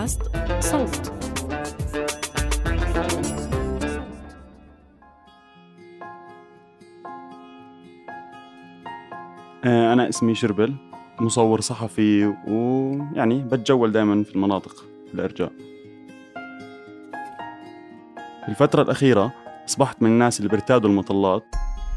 بودكاست صوت. أنا اسمي شربل، مصور صحفي، ويعني بتجول دائما في المناطق الإرجاء. في الفترة الأخيرة أصبحت من الناس اللي بيرتادوا المطلات.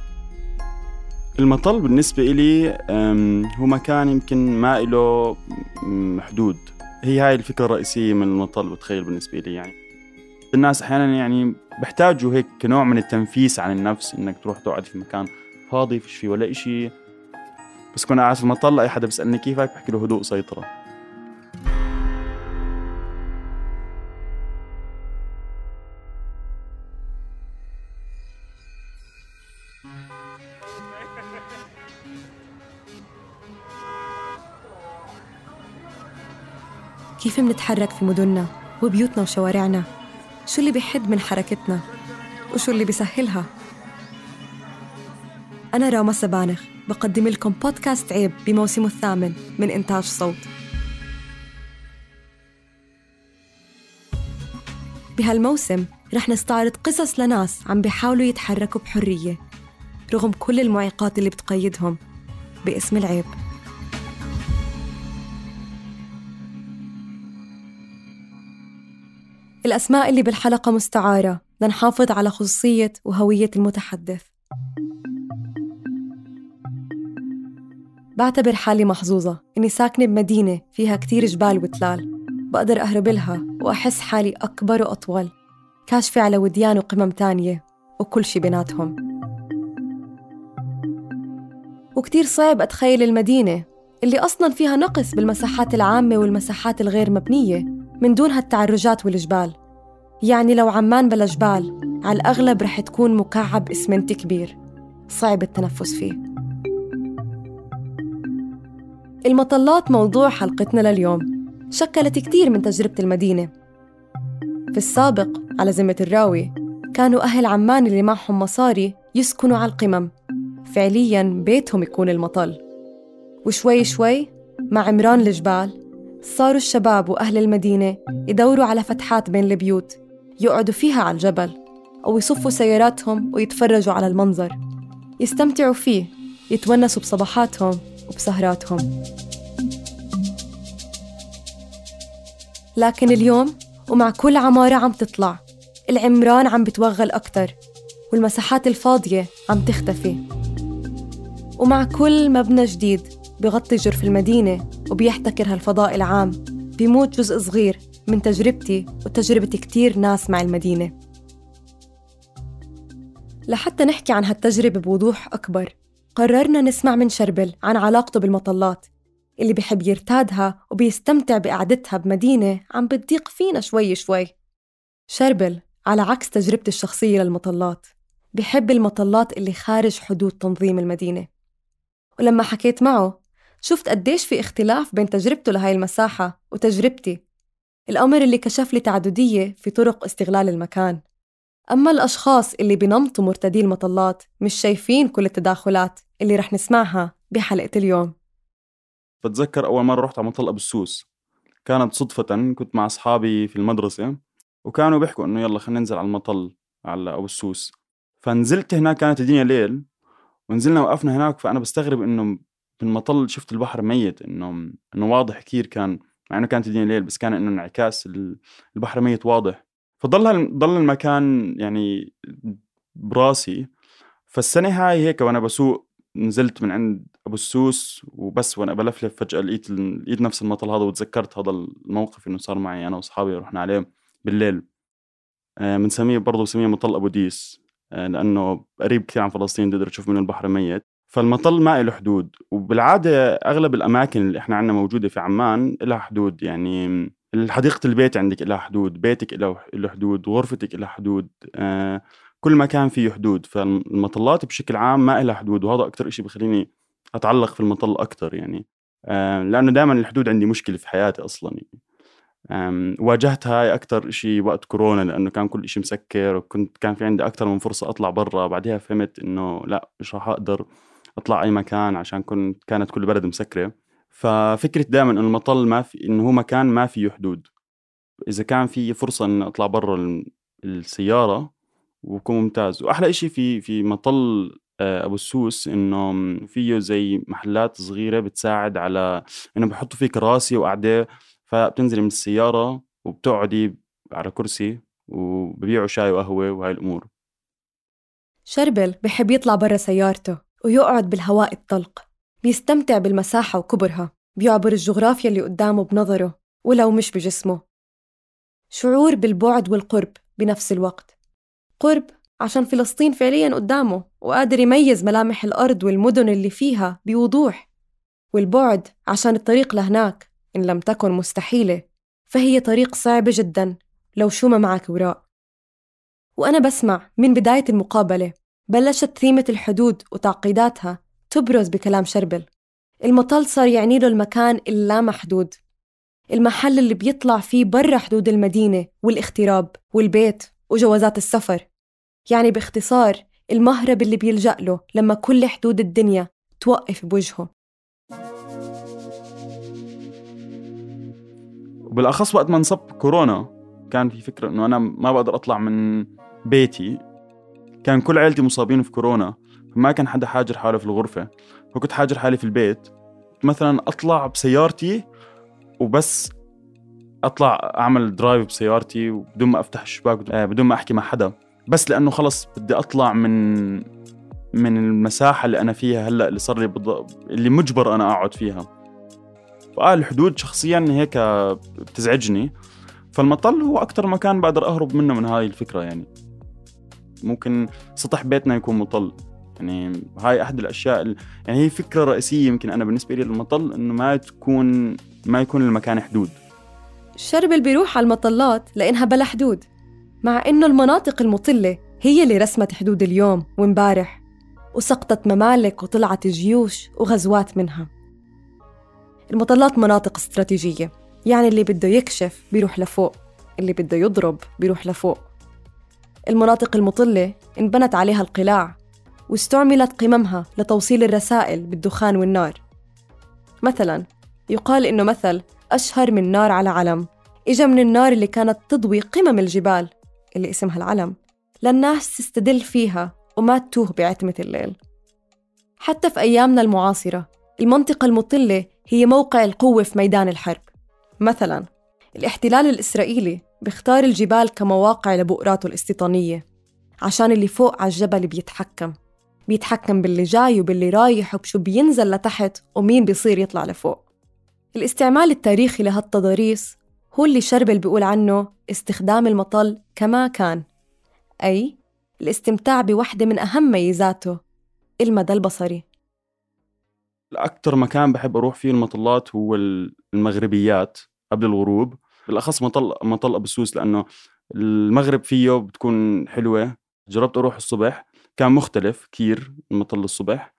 المطل بالنسبة إلي هو مكان يمكن ما له حدود. هي هاي الفكرة الرئيسية من المطل بتخيل بالنسبة لي. يعني الناس أحيانا يعني بيحتاجوا هيك كنوع من التنفيس عن النفس، إنك تروح تقعد في مكان فاضي فيش فيه ولا إشي. بس كنا قاعد في المطل أي حدا بيسألني كيفك بحكي له هدوء سيطرة. كيف منتحرك في مدننا وبيوتنا وشوارعنا؟ شو اللي بيحد من حركتنا؟ وشو اللي بيسهلها؟ أنا راما سبانخ بقدم لكم بودكاست عيب بموسمه الثامن من إنتاج صوت. بهالموسم رح نستعرض قصص لناس عم بيحاولوا يتحركوا بحرية رغم كل المعيقات اللي بتقيدهم باسم العيب. الأسماء اللي بالحلقة مستعارة لنحافظ على خصوصية وهوية المتحدث. بعتبر حالي محظوظة إني ساكنة بمدينة فيها كتير جبال وتلال، بقدر أهرب لها وأحس حالي أكبر وأطول، كاشفة على وديان وقمم تانية وكل شي بيناتهم. وكتير صعب أتخيل المدينة اللي أصلاً فيها نقص بالمساحات العامة والمساحات الغير مبنية من دون هالتعرجات والجبال. يعني لو عمان بلا جبال على الأغلب رح تكون مكعب إسمنتي كبير صعب التنفس فيه. المطلات موضوع حلقتنا لليوم شكلت كتير من تجربة المدينة. في السابق على ذمة الراوي كانوا أهل عمان اللي معهم مصاري يسكنوا على القمم، فعلياً بيتهم يكون المطل. وشوي شوي مع عمران الجبال صاروا الشباب وأهل المدينة يدوروا على فتحات بين البيوت يقعدوا فيها على الجبل، أو يصفوا سياراتهم ويتفرجوا على المنظر، يستمتعوا فيه، يتونسوا بصباحاتهم وبسهراتهم. لكن اليوم ومع كل عمارة عم تطلع، العمران عم بتوغل أكتر والمساحات الفاضية عم تختفي. ومع كل مبنى جديد بغطي جرف المدينة وبيحتكر هالفضاء العام، بيموت جزء صغير من تجربتي وتجربة كتير ناس مع المدينة. لحتى نحكي عن هالتجربة بوضوح أكبر، قررنا نسمع من شربل عن علاقته بالمطلات اللي بيحب يرتادها وبيستمتع بقعدتها بمدينة عم بتضيق فينا شوي شوي. شربل على عكس تجربتي الشخصية للمطلات بيحب المطلات اللي خارج حدود تنظيم المدينة. ولما حكيت معه شفت قديش في اختلاف بين تجربته لهاي المساحة وتجربتي، الأمر اللي كشف لي تعددية في طرق استغلال المكان. أما الأشخاص اللي بنمطوا مرتدي المطلات مش شايفين كل التداخلات اللي رح نسمعها بحلقة اليوم. بتذكر أول مرة رحت على مطل أبو السوس، كانت صدفة. كنت مع أصحابي في المدرسة وكانوا بيحكوا إنه يلا خلينا ننزل على المطل على أبو السوس. فنزلت هناك، كانت الدنيا ليل ونزلنا وقفنا هناك. فأنا بستغرب إنه في المطل شفت البحر ميت، إنه واضح كتير كان، مع إنه كانت الدنيا ليل بس كان إنه انعكاس البحر ميت واضح. ضل المكان يعني براسي. فالسنة هاي هيك وأنا بسوق نزلت من عند أبو السوس وبس، وأنا بلفلف فجأة لقيت نفس المطل هذا، وتذكرت هذا الموقف إنه صار معي أنا وأصحابي رحنا عليه بالليل. بنسميه مطل أبو ديس، لأنه قريب كثير عن فلسطين، تقدر تشوف منه البحر ميت. فالمطل ما له حدود، وبالعادة أغلب الأماكن اللي إحنا عنا موجودة في عمان لها حدود. يعني حديقة البيت عندك لها حدود، بيتك له حدود، غرفتك لها حدود، كل مكان فيه حدود. فالمطلات بشكل عام ما لها حدود، وهذا أكتر إشي بخليني أتعلق في المطل أكتر. يعني لأنه دائما الحدود عندي مشكلة في حياتي أصلا. يعني واجهتها هاي أكتر إشي وقت كورونا، لأنه كان كل إشي مسكر، كان في عندي أكتر من فرصة أطلع برا. بعدها فهمت إنه لا، مش راح أقدر أطلع أي مكان عشان كانت كل بلد مسكرة. ففكرة دائما إنه المطل ما في، إنه هو مكان ما فيه حدود. إذا كان في فرصة إن أطلع برا السيارة وبكون ممتاز. وأحلى إشي في مطل أبو السوس إنه فيه زي محلات صغيرة بتساعد على إنه بحطوا فيه كراسي وقعدة، فبتنزلي من السيارة وبتقعدي على كرسي وببيعوا شاي وقهوة وهاي الأمور. شربل بحب يطلع برا سيارته ويقعد بالهواء الطلق، بيستمتع بالمساحة وكبرها، بيعبر الجغرافيا اللي قدامه بنظره ولو مش بجسمه. شعور بالبعد والقرب بنفس الوقت، قرب عشان فلسطين فعلياً قدامه وقادر يميز ملامح الأرض والمدن اللي فيها بوضوح، والبعد عشان الطريق لهناك إن لم تكن مستحيلة فهي طريق صعبة جداً لو شو ما معك وراء. وأنا بسمع من بداية المقابلة بلشت ثيمة الحدود وتعقيداتها تبرز بكلام شربل. المطل صار يعني له المكان اللامحدود، المحل اللي بيطلع فيه برا حدود المدينة والاغتراب والبيت وجوازات السفر، يعني باختصار المهرب اللي بيلجأ له لما كل حدود الدنيا توقف بوجهه. وبالأخص وقت ما انصب كورونا كان في فكرة إنه أنا ما بقدر أطلع من بيتي، كان كل عائلتي مصابين في كورونا، فما كان حدا حاجر حاله في الغرفة، فكنت حاجر حالي في البيت. مثلا أطلع بسيارتي وبس أطلع أعمل درايف بسيارتي وبدون ما أفتح الشباك بدون ما أحكي مع حدا، بس لأنه خلص بدي أطلع من المساحة اللي أنا فيها هلأ، اللي صار لي اللي مجبر أنا أقعد فيها. الحدود شخصيا هيك بتزعجني، فالمطل هو أكتر مكان بقدر أهرب منه من هاي الفكرة. يعني ممكن سطح بيتنا يكون مطل، يعني هاي أحد الأشياء يعني هي فكرة رئيسية يمكن أنا بالنسبة لي للمطل، إنه ما يكون المكان حدود. شربل بيروح على المطلات لأنها بلا حدود، مع إنه المناطق المطلة هي اللي رسمت حدود اليوم ومبارح، وسقطت ممالك وطلعت جيوش وغزوات منها. المطلات مناطق استراتيجية، يعني اللي بده يكشف بيروح لفوق، اللي بده يضرب بيروح لفوق. المناطق المطلة انبنت عليها القلاع واستعملت قممها لتوصيل الرسائل بالدخان والنار. مثلاً يقال إنه مثل أشهر من نار على علم إجا من النار اللي كانت تضوي قمم الجبال اللي اسمها العلم للناس تستدل فيها وما تتوه بعتمة الليل. حتى في أيامنا المعاصرة المنطقة المطلة هي موقع القوة في ميدان الحرب. مثلاً الاحتلال الإسرائيلي بيختار الجبال كمواقع لبؤراته الاستيطانية، عشان اللي فوق على الجبل بيتحكم باللي جاي وباللي رايح وبشو بينزل لتحت ومين بيصير يطلع لفوق. الاستعمال التاريخي لهالتضاريس هو اللي شربل بيقول عنه استخدام المطل كما كان، أي الاستمتاع بوحدة من أهم ميزاته، المدى البصري. الأكتر مكان بحب أروح فيه المطلات هو المغربيات قبل الغروب، بالأخص مطل أبو السوس، لأنه المغرب فيه بتكون حلوة. جربت أروح الصبح كان مختلف كتير المطل الصبح،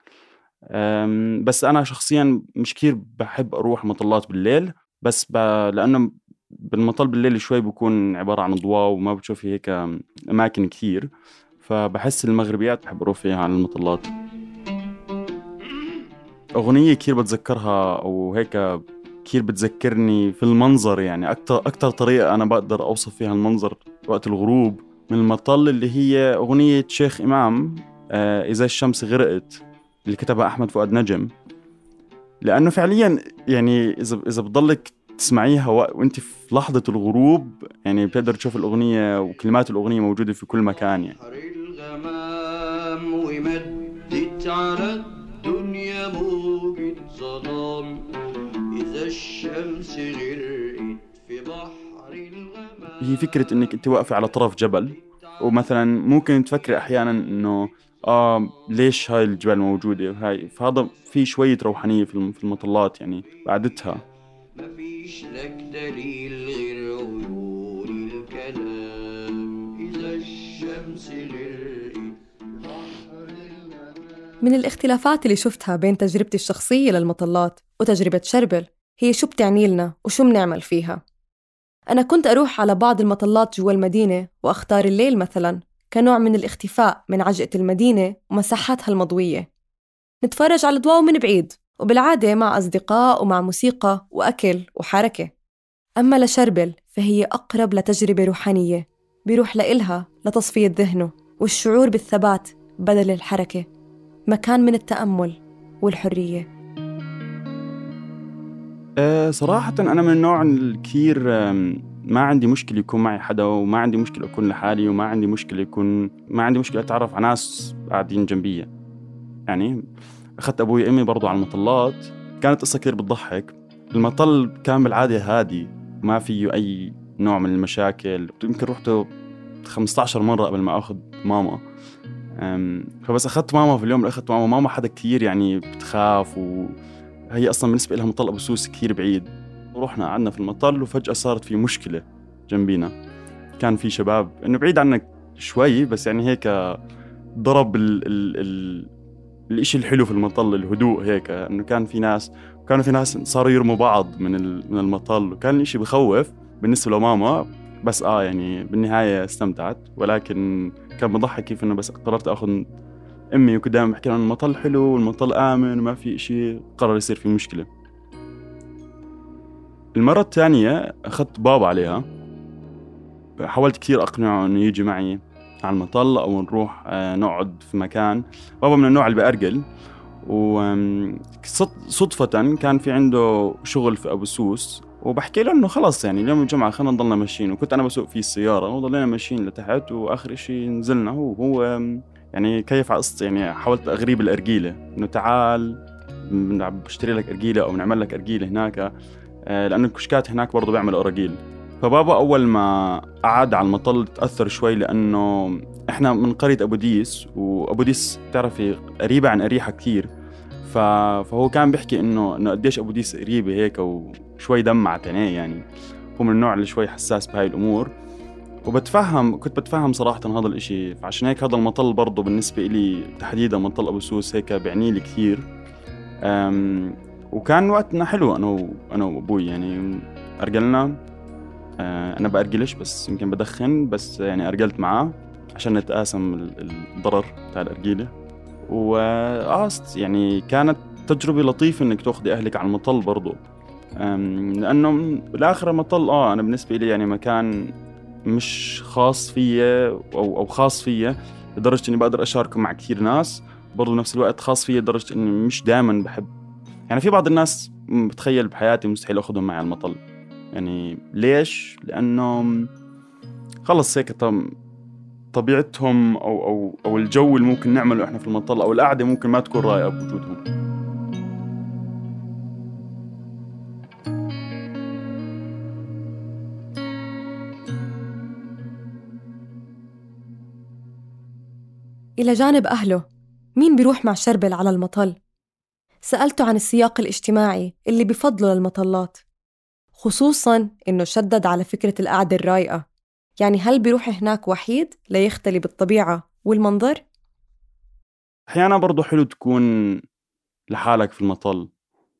بس أنا شخصياً مش كتير بحب أروح مطلات بالليل، بس لأنه بالمطل بالليل شوي بيكون عبارة عن ضواء وما بتشوف هيك أماكن كتير، فبحس المغربيات بحب أروح فيها عن المطلات. أغنية كتير بتذكرها أو هيك كتير بتذكرني في المنظر، يعني أكتر طريقة أنا بقدر أوصف فيها المنظر وقت الغروب من المطل، اللي هي أغنية شيخ إمام إذا الشمس غرقت، اللي كتبها أحمد فؤاد نجم. لأنه فعليا يعني إذا بتضلك تسمعيها وأنت في لحظة الغروب، يعني بتقدر تشوف الأغنية وكلمات الأغنية موجودة في كل مكان. يعني الغمام ومدت على الدنيا موجة ظلام إذا الشمس غرقت في بحر الغمام. هي فكرة إنك أنت واقفة على طرف جبل، ومثلا ممكن تفكري أحيانا إنه ليش هاي الجبال موجودة وهاي، فهذا في شوية روحانية في المطلات يعني بعدتها. ما فيش لك دليل غير عيون الكلام إذا الشمس غرقت بحر الغمام. من الاختلافات اللي شفتها بين تجربتي الشخصية للمطلات وتجربة شربل هي شو بتعني لنا وشو بنعمل فيها. أنا كنت أروح على بعض المطلات جوا المدينة وأختار الليل مثلاً كنوع من الاختفاء من عجقة المدينة ومساحاتها المضوية، نتفرج على الضوء من بعيد، وبالعادة مع أصدقاء ومع موسيقى وأكل وحركة. أما لشربل فهي أقرب لتجربة روحانية بيروح لإلها لتصفية ذهنه والشعور بالثبات بدل الحركة، مكان من التأمل والحرية. صراحة أنا من النوع الكثير ما عندي مشكلة يكون معي حدا، وما عندي مشكلة أكون لحالي، وما عندي مشكلة أتعرف على ناس قاعدين جنبي. يعني أخذت أبوي وأمي برضو على المطلات، كانت قصة كثير بتضحك. المطل كان بالعادة هادي، ما فيه أي نوع من المشاكل. يمكن رحته 15 مرة قبل ما أخذ ماما. فبس أخذت ماما في اليوم اللي أخذت ماما حدا كثير يعني بتخاف، وهي أصلا بالنسبة لها مطل أبو سوس كثير بعيد. ورحنا قعدنا في المطل، وفجأة صارت في مشكلة جنبينا. كان في شباب إنه بعيد عنك شوي، بس يعني هيك ضرب الإشي الحلو في المطل، الهدوء هيك. إنه كانوا في ناس صاروا يرموا بعض من المطل، وكان الإشي بخوف بالنسبة لماما. بس يعني بالنهاية استمتعت. ولكن كان بضحك كيف إنه بس قررت أخذ أمي، وكنت دائما بحكي لها المطل حلو والمطل آمن وما في إشي، قرر يصير في مشكلة. المرة الثانية أخذت بابا عليها، حاولت كثير أقنعه إنه يجي معي على المطل أو نروح نقعد في مكان. بابا من النوع اللي بأرجل، وصدفة كان في عنده شغل في أبو سوس، وبحكي له إنه خلاص يعني اليوم الجمعة خلينا نضلنا ماشيين. وكنت أنا بسوق فيه السيارة، وضلينا ماشيين لتحت، وآخر إشي نزلنا هو يعني كيف على قصة. يعني حاولت أغريب الأرجيلة إنه تعال بشتري لك أرجيلة أو بنعمل لك أرجيلة هناك، لأن الكشكات هناك برضو بيعملوا أراجيل. فبابا أول ما قعد على المطل تأثر شوي، لأنه إحنا من قرية أبو ديس، وأبو ديس تعرفي قريبة عن أريحة كتير. فهو كان بيحكي إنه قديش أبو ديس قريبة هيك، وشوي دمعت عينيه. يعني هو من النوع اللي شوي حساس بهاي الأمور، كنت بتفهم صراحة هذا الإشي. فعشان هيك هذا المطل برضو بالنسبة إلي تحديدا مطل أبو سوس هيك بعني لي كثير. وكان وقتنا حلو أنا وأبوي، يعني أرجلنا. أنا بأرجلش، بس يمكن بدخن، بس يعني أرجلت معاه عشان نتقاسم الضرر تاع الأرجيلة. يعني كانت تجربة لطيفة إنك تأخذي أهلك على المطل برضو، لأنه بالآخر المطل أنا بالنسبة لي يعني مكان مش خاص فيا أو خاص فيا لدرجة إني بقدر أشاركه مع كثير ناس. برضو نفس الوقت خاص فيا لدرجة إني مش دائما بحب، يعني في بعض الناس بتخيل بحياتي مستحيل أخذهم معي على المطل. يعني ليش؟ لأنه خلص هيك طبيعتهم أو الجو اللي ممكن نعمله إحنا في المطل، أو القعدة ممكن ما تكون رائعة بوجودهم. إلى جانب أهله، مين بيروح مع شربل على المطل؟ سألته عن السياق الاجتماعي اللي بفضله للمطلات، خصوصاً إنه شدد على فكرة القعدة الرايقة. يعني هل بيروح هناك وحيد ليختلي بالطبيعة والمنظر؟ أحيانا برضو حلو تكون لحالك في المطل.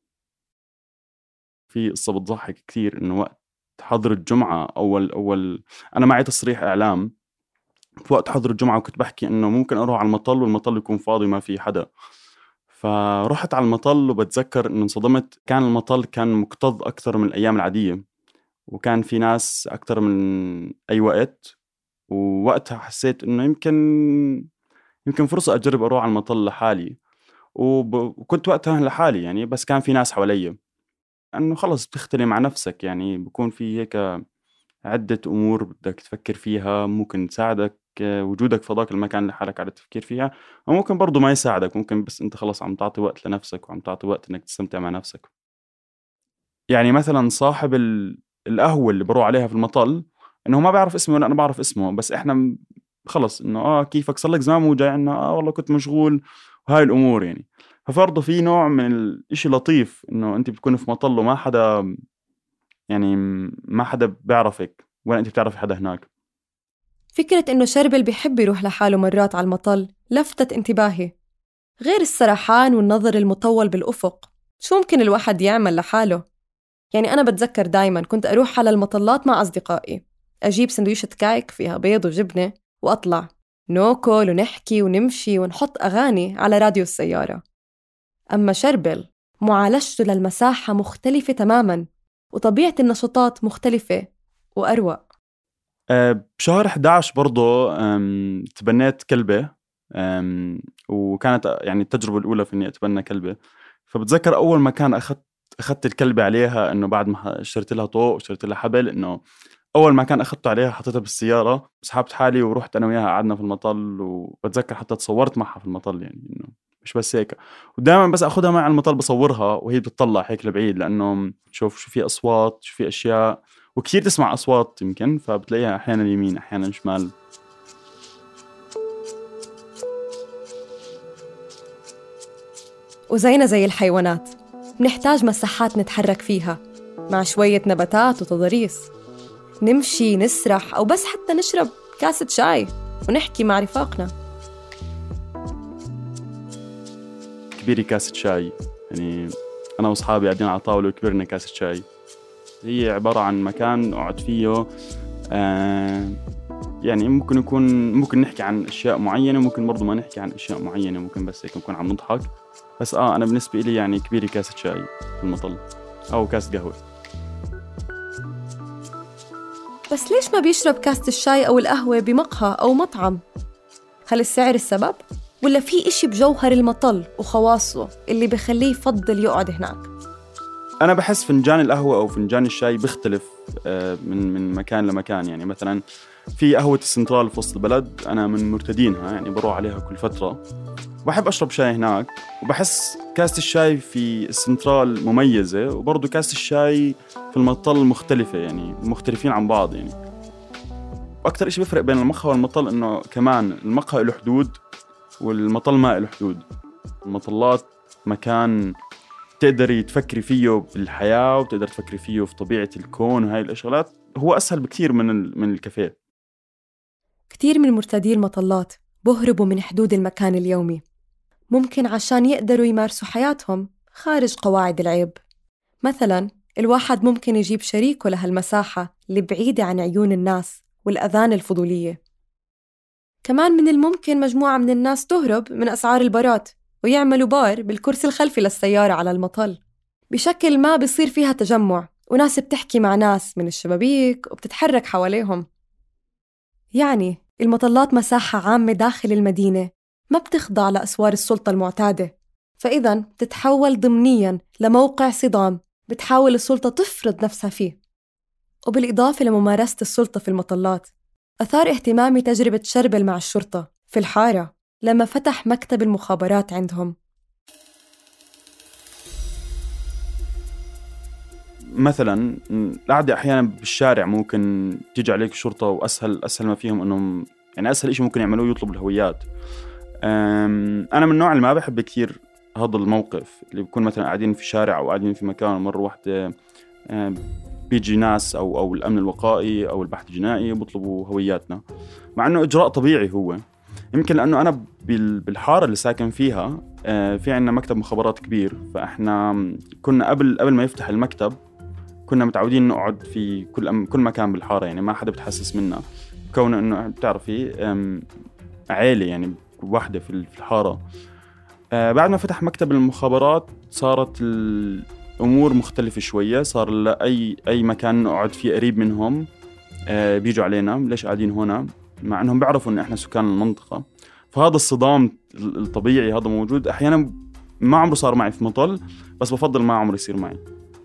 في قصة بتضحك كثير، إنه وقت حضر الجمعة أول أنا معي تصريح إعلام في وقت حضر الجمعة، وكنت بحكي إنه ممكن أروح على المطل والمطل يكون فاضي ما في حدا. فرحت على المطل، وبتذكر إنه انصدمت. كان المطل كان مكتظ أكثر من الأيام العادية، وكان في ناس أكثر من أي وقت. ووقتها حسيت إنه يمكن فرصة أجرب أروح على المطل لحالي. وكنت وقتها لحالي يعني، بس كان في ناس حوالي. أنه خلص بتختلي مع نفسك، يعني بكون في هيك عدة أمور بدك تفكر فيها ممكن تساعدك وجودك في ذاك المكان لحالك على التفكير فيها، وممكن برضو ما يساعدك. ممكن بس أنت خلص عم تعطي وقت لنفسك، وعم تعطي وقت إنك تستمتع مع نفسك. يعني مثلا صاحب القهوة اللي بروح عليها في المطل، إنه ما بيعرف اسمي ولا أنا بعرف اسمه، بس إحنا خلص إنه كيفك صار لك زمان مو جاي عنا، والله كنت مشغول، وهاي الأمور يعني. فبرضه في نوع من الإشي لطيف، إنه أنت بتكون في مطل وما حدا، يعني ما حدا بيعرفك ولا أنت بتعرف حدا هناك. فكرة إنه شربل بيحب يروح لحاله مرات على المطل لفتت انتباهي. غير السرحان والنظر المطول بالأفق، شو ممكن الواحد يعمل لحاله؟ يعني أنا بتذكر دايماً كنت أروح على المطلات مع أصدقائي، أجيب سندويشة كايك فيها بيض وجبنة وأطلع ناكل ونحكي ونمشي ونحط أغاني على راديو السيارة. أما شربل معالجته للمساحة مختلفة تماماً. وطبيعة النشاطات مختلفة وأروق. بشهر 11 برضو تبنيت كلبة، وكانت يعني التجربة الأولى في إني أتبنى كلبة. فبتذكر أول ما كان أخذت الكلبة عليها، إنه بعد ما اشتريت لها طوق واشتريت لها حبل، إنه أول ما كان أخذته عليها حطيتها بالسيارة، سحبت حالي ورحت أنا وياها قعدنا في المطل، وبتذكر حتى تصورت معها في المطل، يعني إنه مش بس هيك. ودائما بس أخذها معي على المطل بصورها وهي بتطلع هيك لبعيد، لأنه شوف شو في أصوات، شو في أشياء، وكثير تسمع أصوات يمكن، فبتلاقيها أحيانا يمين أحيانا شمال. وزينا زي الحيوانات بنحتاج مساحات نتحرك فيها مع شوية نباتات وتضاريس، نمشي نسرح أو بس حتى نشرب كاسة شاي ونحكي مع رفاقنا. كبيري كاسة شاي، يعني أنا وأصحابي قاعدين على طاولة وكبرنا كاسة شاي. هي عبارة عن مكان أقعد فيه، يعني ممكن نحكي عن أشياء معينة، ممكن برضو ما نحكي عن أشياء معينة، ممكن بس هيك نكون عم نضحك. بس أنا بالنسبة لي يعني كبيري كاسة شاي في المطل أو كاسة قهوة. بس ليش ما بيشرب كاسة الشاي أو القهوة بمقهى أو مطعم؟ هل السعر السبب؟ ولا في إشي بجوهر المطل وخواصه اللي بخليه يفضل يقعد هناك؟ أنا بحس فنجان القهوة أو فنجان الشاي بيختلف من مكان لمكان. يعني مثلا في قهوة السنترال في وسط البلد، أنا من مرتدينها، يعني بروح عليها كل فترة، بحب أشرب شاي هناك. وبحس كاسة الشاي في السنترال مميزة، وبرضو كاسة الشاي في المطل مختلفة، يعني مختلفين عن بعض. يعني أكتر إشي بيفرق بين المقهى والمطل إنه كمان المقهى له حدود والمطل ما له حدود. المطلات مكان تقدري تفكري فيه بالحياة، وتقدر تفكري فيه في طبيعة الكون وهاي الأشغالات، هو أسهل بكثير من الكافيه. كتير من مرتدي المطلات بهربوا من حدود المكان اليومي، ممكن عشان يقدروا يمارسوا حياتهم خارج قواعد العيب. مثلاً الواحد ممكن يجيب شريكه لهالمساحة اللي بعيدة عن عيون الناس والأذان الفضولية. كمان من الممكن مجموعة من الناس تهرب من أسعار البارات ويعملوا بار بالكرسي الخلفي للسيارة على المطل، بشكل ما بيصير فيها تجمع وناس بتحكي مع ناس من الشبابيك وبتتحرك حواليهم. يعني المطلات مساحة عامة داخل المدينة ما بتخضع لأسوار السلطة المعتادة، فإذا بتتحول ضمنياً لموقع صدام بتحاول السلطة تفرض نفسها فيه. وبالإضافة لممارسة السلطة في المطلات، أثار اهتمامي تجربة شربل مع الشرطة في الحارة لما فتح مكتب المخابرات عندهم. مثلا القعدة أحيانا بالشارع ممكن تيجي عليك الشرطة، وأسهل ما فيهم إنهم يعني أسهل إشي ممكن يعملوه يطلب الهويات. أنا من النوع اللي ما بحب كثير هذا الموقف، اللي بيكون مثلا قاعدين في شارع أو قاعدين في مكان، مرة واحدة بيجي ناس أو الأمن الوقائي أو البحث الجنائي بيطلبوا هوياتنا، مع إنه إجراء طبيعي. هو يمكن لأنه أنا بالحارة اللي ساكن فيها في عنا مكتب مخابرات كبير، فإحنا كنا قبل ما يفتح المكتب كنا متعودين نقعد في كل مكان بالحارة، يعني ما حدا بتحسس منا، كون إنه بتعرفي عائلة يعني واحدة في الحارة. بعد ما فتح مكتب المخابرات صارت الأمور مختلفة شوية، صار أي مكان نقعد فيه قريب منهم بيجوا علينا ليش قاعدين هنا، مع أنهم بيعرفوا إن إحنا سكان المنطقة. فهذا الصدام الطبيعي هذا موجود. أحيانا ما عمره صار معي في مطل، بس بفضل ما عمره يصير معي.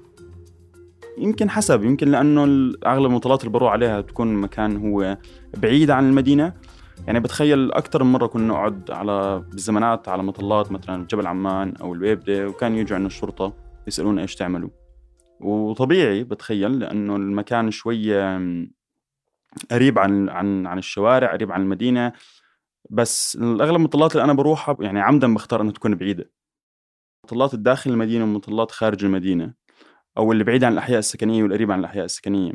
يمكن لأنه أغلب المطلات اللي بروح عليها تكون مكان هو بعيد عن المدينة. يعني بتخيل أكتر من مرة كنا نقعد بالزمانات على مطلات مثلا جبل عمان أو الويبدة، وكان يجوا عنا الشرطة يسألون إيش تعملوا. وطبيعي بتخيل لأنه المكان شوية قريب عن الشوارع، قريب عن المدينة. بس الأغلب المطلات اللي أنا بروحها يعني عمدا بختار أنها تكون بعيدة. مطلات الداخل المدينة ومطلات خارج المدينة، أو اللي بعيد عن الأحياء السكنية والقريب عن الأحياء السكنية.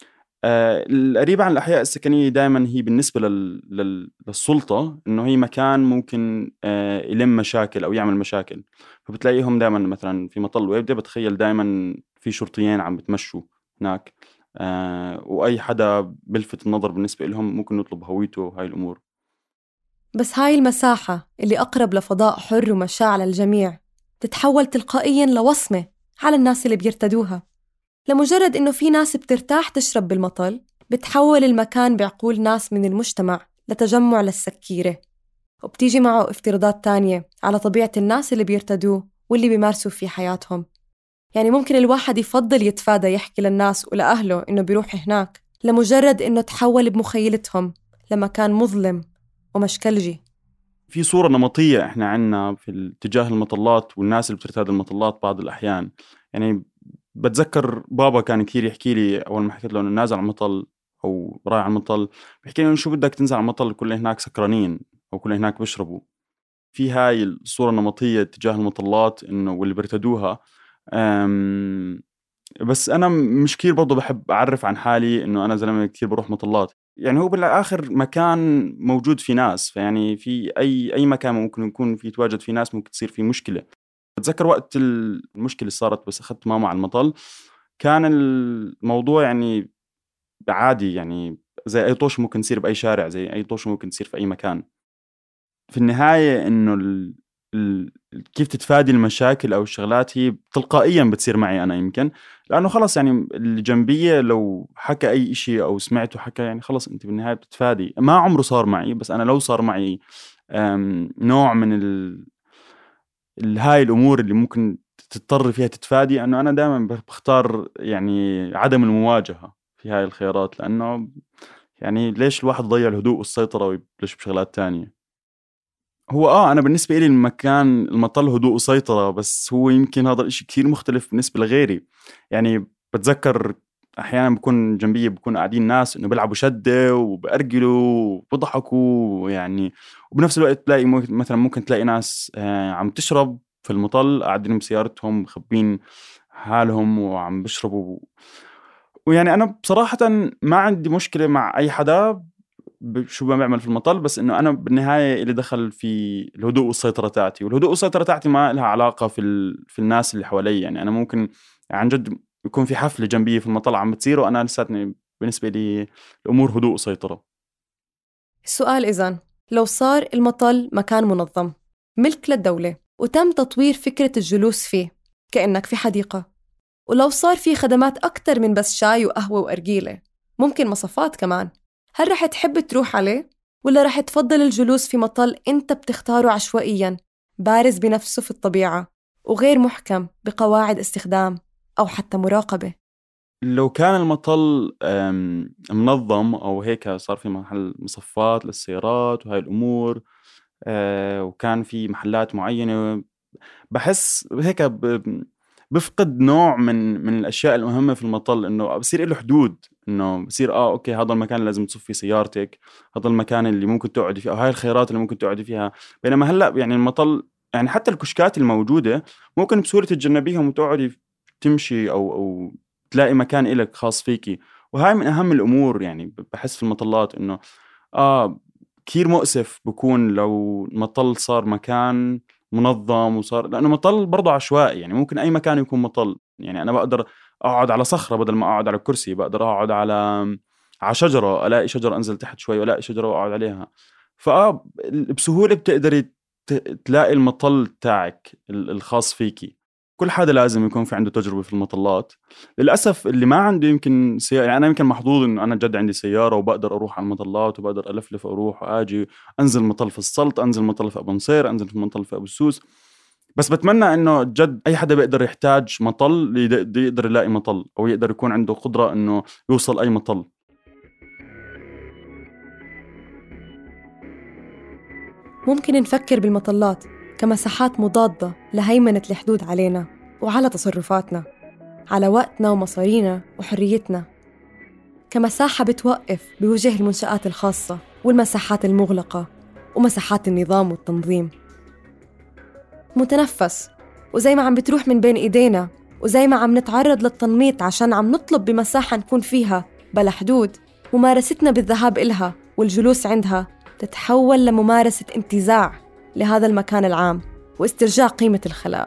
القريبة عن الأحياء السكنية دائما هي بالنسبة للسلطة إنه هي مكان ممكن يلم مشاكل أو يعمل مشاكل، فبتلاقيهم دائما مثلا في مطل ويبدأ بتخيل دائما في شرطيين عم بتمشوا هناك، وأي حدا بلفت النظر بالنسبة لهم ممكن نطلب هويته وهاي الأمور. بس هاي المساحة اللي أقرب لفضاء حر ومشاع للجميع تتحول تلقائياً لوصمة على الناس اللي بيرتدوها. لمجرد إنه في ناس بترتاح تشرب بالمطل، بتحول المكان بعقول ناس من المجتمع لتجمع للسكيرة، وبتيجي معه افتراضات تانية على طبيعة الناس اللي بيرتدوه واللي بيمارسوا في حياتهم. يعني ممكن الواحد يفضل يتفادى يحكي للناس ولأهله إنه بيروح هناك لمجرد إنه تحول بمخيلتهم لمكان مظلم ومشكلجي. في صورة نمطية إحنا عنا في اتجاه المطلات والناس اللي بترتاد المطلات بعض الأحيان. يعني بتذكر بابا كان كثير يحكي لي أول ما حكيت له إنه نازل على المطل أو رايح على المطل، بيحكي لي إنه شو بدك تنزل على المطل، كل هناك سكرانين أو كل هناك بيشربوا. في هاي الصورة النمطية تجاه المطلات إنه واللي بيرتدوها. بس أنا مش كثير برضو بحب أعرف عن حالي إنه أنا زلمة كثير بروح مطلات. يعني هو بالآخر مكان موجود في ناس، فيعني في أي مكان ممكن يكون في يتواجد في ناس ممكن تصير في مشكلة. بتذكر وقت المشكلة صارت بس أخذت ماما على المطل، كان الموضوع يعني عادي، يعني زي أي طوش ممكن يصير بأي شارع، زي أي طوش ممكن يصير في أي مكان. في النهاية إنه كيف تتفادي المشاكل أو الشغلات هي تلقائيا بتصير معي أنا، يمكن لأنه خلص يعني اللي جنبية لو حكى أي إشي أو سمعته حكى، يعني خلص أنت بالنهاية بتتفادي. ما عمره صار معي، بس أنا لو صار معي نوع من هاي الأمور اللي ممكن تضطر فيها تتفادي، أنه أنا دائما بختار يعني عدم المواجهة في هاي الخيارات، لأنه يعني ليش الواحد ضيع الهدوء والسيطرة ويبلش بشغلات تانية. هو أنا بالنسبة إلي المكان المطل هدوء وسيطرة، بس هو يمكن هذا الإشي كثير مختلف بالنسبة لغيري. يعني بتذكر أحيانا بكون جنبي بكون قاعدين ناس إنه بيلعبوا شدة وبأرجلوا وبضحكوا يعني، وبنفس الوقت تلاقي مثلا ممكن تلاقي ناس عم تشرب في المطل، قاعدين بسيارتهم مخبين حالهم وعم بشربوا. ويعني أنا بصراحة ما عندي مشكلة مع أي حدا شو بيعمل في المطل، بس انه انا بالنهايه اللي دخل في الهدوء والسيطره تاعتي، والهدوء والسيطره تاعتي ما لها علاقه في الناس اللي حوالي. يعني انا ممكن عن جد يكون في حفله جنبي في المطل عم بتصير وانا لساتني بالنسبه لي الامور هدوء وسيطره. السؤال إذن لو صار المطل مكان منظم ملك للدولة وتم تطوير فكرة الجلوس فيه كأنك في حديقة، ولو صار في خدمات أكتر من بس شاي وقهوة وأرجيلة، ممكن مصفات كمان، هل رح تحب تروح عليه؟ ولا رح تفضل الجلوس في مطل أنت بتختاره عشوائياً، بارز بنفسه في الطبيعة وغير محكم بقواعد استخدام أو حتى مراقبة؟ لو كان المطل منظم أو هيك صار في محل مصفات للسيارات وهاي الأمور، وكان في محلات معينة، بحس هيك بفقد نوع من الاشياء المهمه في المطل، انه بصير له حدود، انه بصير اوكي هذا المكان اللي لازم تصفي سيارتك، هذا المكان اللي ممكن تقعدي فيه، او هاي الخيارات اللي ممكن تقعدي فيها. بينما هلا يعني المطل يعني حتى الكشكات الموجوده ممكن بسهوله تتجنبيهم وتقعدي تمشي او تلاقي مكان إلك خاص فيكي. وهاي من اهم الامور يعني بحس في المطلات، انه كثير مؤسف بكون لو مطل صار مكان منظم وصار، لأنه مطل برضه عشوائي، يعني ممكن أي مكان يكون مطل. يعني أنا بقدر أقعد على صخرة بدل ما أقعد على كرسي، بقدر أقعد على شجرة، ألاقي شجرة أنزل تحت شوي وألاقي شجرة وأقعد عليها. بسهولة بتقدري تلاقي المطل تاعك الخاص فيكي. كل حدا لازم يكون في عنده تجربة في المطلات. للأسف اللي ما عنده يمكن سيارة، يعني أنا يمكن محظوظ إنه أنا جد عندي سيارة وبقدر أروح على المطلات وبقدر ألفلف أروح وآجي، أنزل مطل في السلط، أنزل مطل في أبو نصير، أنزل في مطل في أبو السوس. بس بتمنى إنه جد أي حدا بيقدر يحتاج مطل يقدر يلاقي مطل، أو يقدر يكون عنده قدرة إنه يوصل أي مطل. ممكن نفكر بالمطلات كمساحات مضادة لهيمنة الحدود علينا وعلى تصرفاتنا، على وقتنا ومصارينا وحريتنا، كمساحة بتوقف بوجه المنشآت الخاصة والمساحات المغلقة ومساحات النظام والتنظيم. متنفس، وزي ما عم بتروح من بين إيدينا، وزي ما عم نتعرض للتنميط عشان عم نطلب بمساحة نكون فيها بلا حدود، ممارستنا بالذهاب إلها والجلوس عندها تتحول لممارسة انتزاع لهذا المكان العام واسترجاع قيمة الخلاء.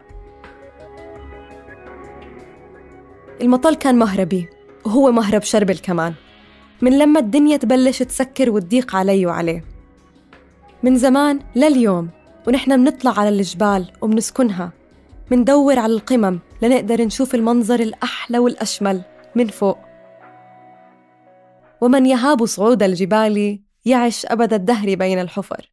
المطل كان مهربي، وهو مهرب شربل كمان، من لما الدنيا تبلش تسكر وتضيق علي وعليه. من زمان لليوم ونحن بنطلع على الجبال وبنسكنها، مندور على القمم لنقدر نشوف المنظر الأحلى والأشمل من فوق. ومن يهاب صعود الجبال يعش أبد الدهر بين الحفر.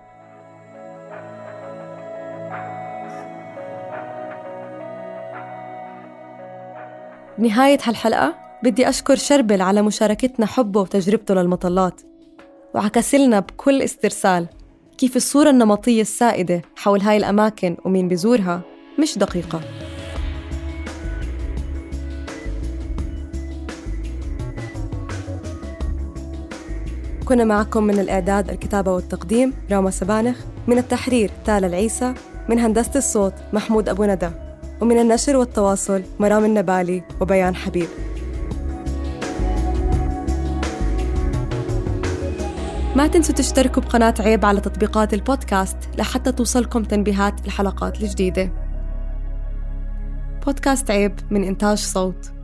بنهاية هالحلقة بدي أشكر شربل على مشاركتنا حبه وتجربته للمطلات، وعكسلنا بكل استرسال كيف الصورة النمطية السائدة حول هاي الأماكن ومين بيزورها مش دقيقة. كنا معكم من الإعداد، الكتابة والتقديم راما سبانخ، من التحرير تالا العيسى، من هندسة الصوت محمود أبو ندى، ومن النشر والتواصل مرام النبالي وبيان حبيب. ما تنسوا تشتركوا بقناة عيب على تطبيقات البودكاست لحتى توصلكم تنبيهات الحلقات الجديدة. بودكاست عيب من إنتاج صوت.